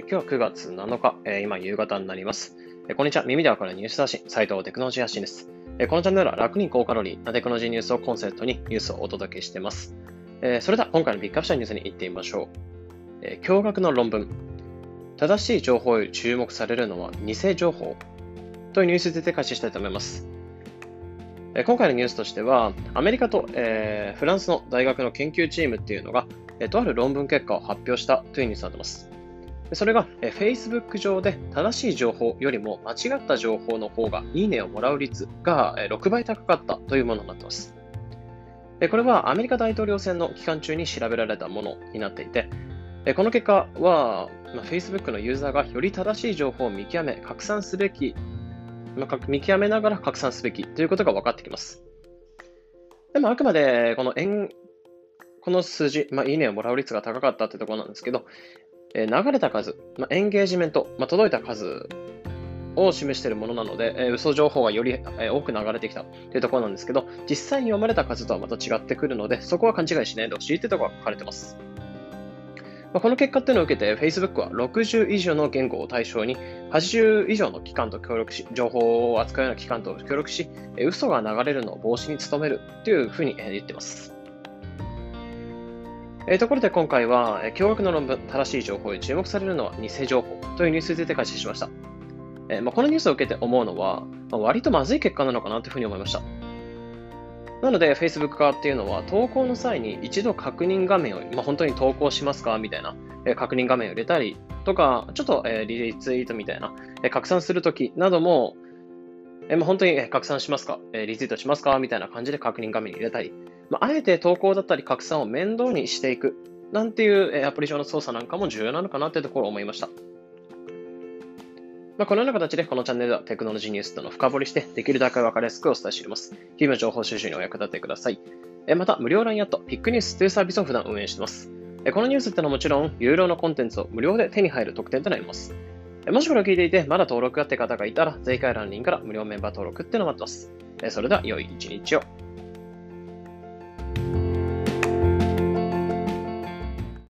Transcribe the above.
今日は9月7日、今夕方になります。こんにちは。耳でわかるニュース発信、斉藤テクノロジー発信です。このチャンネルは楽に高カロリーなテクノロジーニュースをコンセプトにニュースをお届けしています。それでは今回のピックアップしたニュースに行ってみましょう。驚愕の論文。正しい情報より注目されるのは偽情報というニュースについて解説したいと思います。今回のニュースとしては、アメリカと、フランスの大学の研究チームっていうのが、とある論文結果を発表したというニュースになっています。それが Facebook 上で正しい情報よりも間違った情報の方がいいねをもらう率が6倍高かったというものになっています。これはアメリカ大統領選の期間中に調べられたものになっていて、この結果は Facebook のユーザーがより正しい情報を見極め、拡散すべき、見極めながら拡散すべきということが分かってきます。でもあくまでこの数字、いいねをもらう率が高かったというところなんですけど、流れた数、エンゲージメント、届いた数を示しているものなので、嘘情報がより多く流れてきたというところなんですけど、実際に読まれた数とはまた違ってくるので、そこは勘違いしないでほしいというところが書かれています。この結果っていうのを受けて、Facebook は60以上の言語を対象に、80以上の機関と協力し、情報を扱うような機関と協力し、嘘が流れるのを防止に努めるというふうに言っています。ところで今回は、驚愕の論文、正しい情報に注目されるのは偽情報というニュースについて解説しました。このニュースを受けて思うのは、割とまずい結果なのかなというふうに思いました。なので、Facebook 側っていうのは、投稿の際に一度確認画面を、本当に投稿しますかみたいな、確認画面を入れたりとか、ちょっと、リツイートみたいな、拡散するときなども、本当に拡散しますか、リツイートしますかみたいな感じで確認画面に入れたり、あえて投稿だったり拡散を面倒にしていくなんていうアプリ上の操作なんかも重要なのかなというところを思いました。このような形でこのチャンネルではテクノロジーニュースというのを深掘りしてできるだけ分かりやすくお伝えしています。日々の情報収集にお役立てください。また無料 LINE アットピックニュースというサービスを普段運営しています。このニュースってのはもちろん有料のコンテンツを無料で手に入る特典となります。もしこれを聞いていてまだ登録がって方がいたら、ぜひ概要欄のリンクから無料メンバー登録っていうのを待ってます。それでは良い一日を。